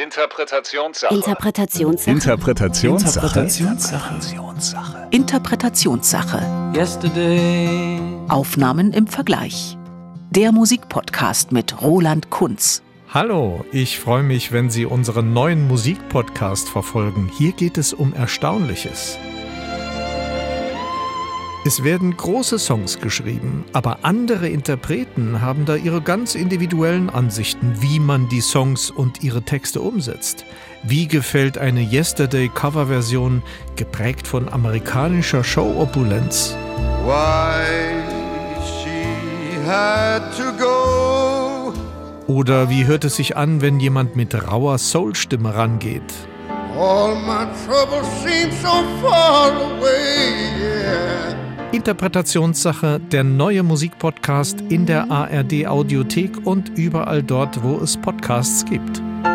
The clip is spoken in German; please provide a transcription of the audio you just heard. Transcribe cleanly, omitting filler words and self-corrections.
Interpretationssache. Interpretationssache. Yesterday. Aufnahmen im Vergleich. Der Musikpodcast mit Roland Kunz. Hallo, ich freue mich, wenn Sie unseren neuen Musikpodcast verfolgen. Hier geht es um Erstaunliches. Es werden große Songs geschrieben, aber andere Interpreten haben da ihre ganz individuellen Ansichten, wie man die Songs und ihre Texte umsetzt. Wie gefällt eine Yesterday-Coverversion, geprägt von amerikanischer Showopulenz? Why she had to go. Oder wie hört es sich an, wenn jemand mit rauer Soul-Stimme rangeht? All my troubles seem so far away, yeah. Interpretationssache, der neue Musikpodcast in der ARD-Audiothek und überall dort, wo es Podcasts gibt.